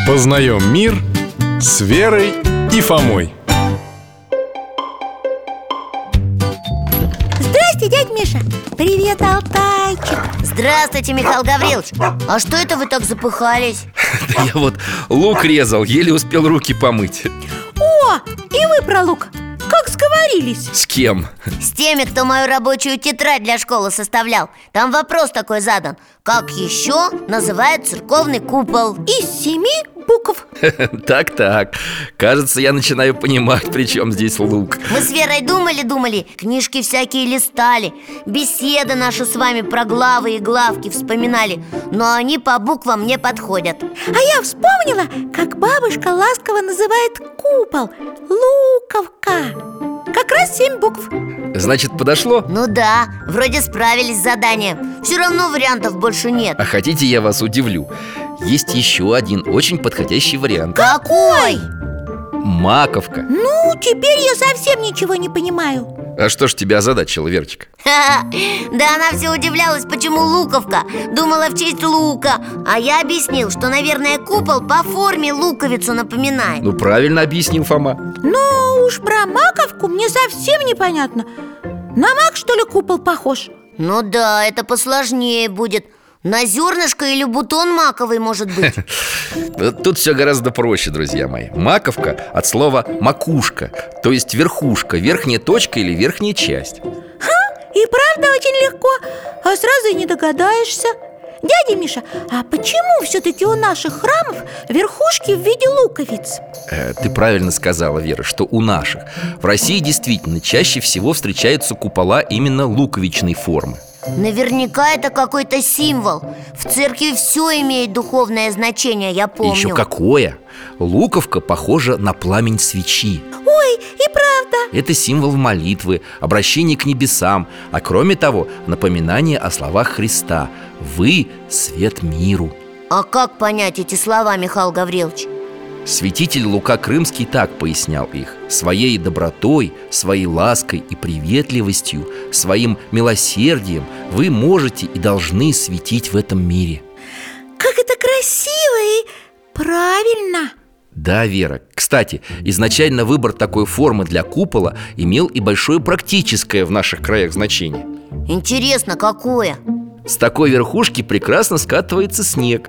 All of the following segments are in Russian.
Познаем мир с Верой и Фомой. Здрасте, дядь Миша. Привет, Алтайчик. Здравствуйте, Михаил Гаврилович. А что это вы так запыхались? Да я вот лук резал, еле успел руки помыть. О, и вы про лук. Как сговорились? С кем? С теми, кто мою рабочую тетрадь для школы составлял. Там вопрос такой задан: как еще называют церковный купол? Из 7 букв. Так, кажется, я начинаю понимать, при чем здесь лук. Мы с Верой думали, книжки всякие листали, беседы наши с вами про главы и главки вспоминали, но они по буквам не подходят. А я вспомнила, как бабушка ласково называет купол луковка. Как раз 7 букв. Значит, подошло? Ну да, вроде справились с заданием. Все равно вариантов больше нет. А хотите, я вас удивлю? Есть еще один очень подходящий вариант. Какой? Маковка. Ну, теперь я совсем ничего не понимаю. А что ж тебя озадачило, Верочка? Да она все удивлялась, почему луковка. Думала, в честь лука. А я объяснил, что, наверное, купол по форме луковицу напоминает. Ну, правильно объяснил Фома. Ну уж про маковку мне совсем непонятно. На мак, что ли, купол похож? Ну да, это посложнее будет. На зернышко или бутон маковый, может быть. Тут все гораздо проще, друзья мои. Маковка от слова макушка, то есть верхушка, верхняя точка или верхняя часть. И правда очень легко, а сразу и не догадаешься. Дядя Миша, а почему все-таки у наших храмов верхушки в виде луковиц? Ты правильно сказала, Вера, что у наших. В России действительно чаще всего встречаются купола именно луковичной формы. Наверняка это какой-то символ. В церкви все имеет духовное значение, я помню. Еще какое! Луковка похожа на пламень свечи. Ой, и правда. Это символ молитвы, обращения к небесам, а кроме того, напоминание о словах Христа: «Вы – свет миру». А как понять эти слова, Михаил Гаврилович? Святитель Лука Крымский так пояснял их: своей добротой, своей лаской и приветливостью, своим милосердием вы можете и должны светить в этом мире. Как это красиво и правильно. Да, Вера. Кстати, изначально выбор такой формы для купола имел и большое практическое в наших краях значение. Интересно, какое? С такой верхушки прекрасно скатывается снег.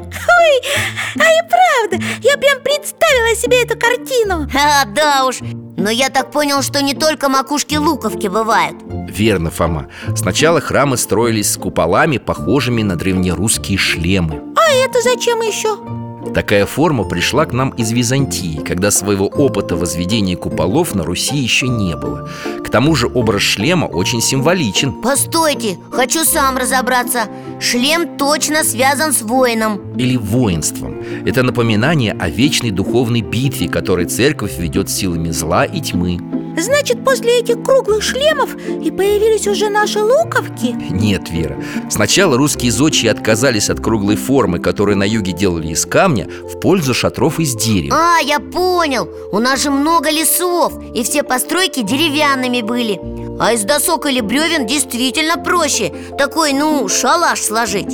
Ой, а и правда, я прям представила себе эту картину. Да уж. Но я так понял, что не только макушки луковки бывают. Верно, Фома. Сначала храмы строились с куполами, похожими на древнерусские шлемы. А это зачем еще? Такая форма пришла к нам из Византии, когда своего опыта возведения куполов на Руси еще не было. К тому же образ шлема очень символичен. Постойте, хочу сам разобраться. Шлем точно связан с воином. Или воинством. Это напоминание о вечной духовной битве, которой церковь ведет силами зла и тьмы. Значит, после этих круглых шлемов и появились уже наши луковки? Нет, Вера. Сначала русские зодчие отказались от круглой формы, которую на юге делали из камня, в пользу шатров из дерева. А, я понял. У нас же много лесов, и все постройки деревянными были. А из досок или бревен действительно проще такой, шалаш сложить.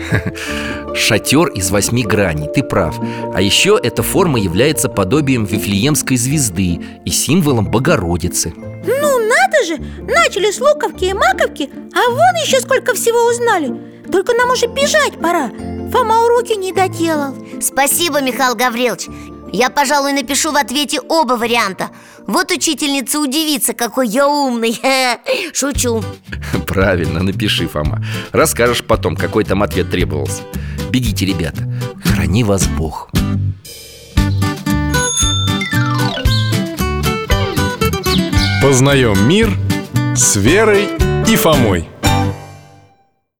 Шатер из 8 граней, ты прав. А еще эта форма является подобием Вифлеемской звезды и символом Богородицы. Ну надо же, начали с луковки и маковки, а вон еще сколько всего узнали. Только нам уже бежать пора. Фома уроки не доделал. Спасибо, Михаил Гаврилович. Я, пожалуй, напишу в ответе оба варианта. Вот учительница удивится, какой я умный. Шучу. Правильно, напиши, Фома. Расскажешь потом, какой там ответ требовался. Бегите, ребята. Храни вас Бог. Познаем мир с Верой и Фомой.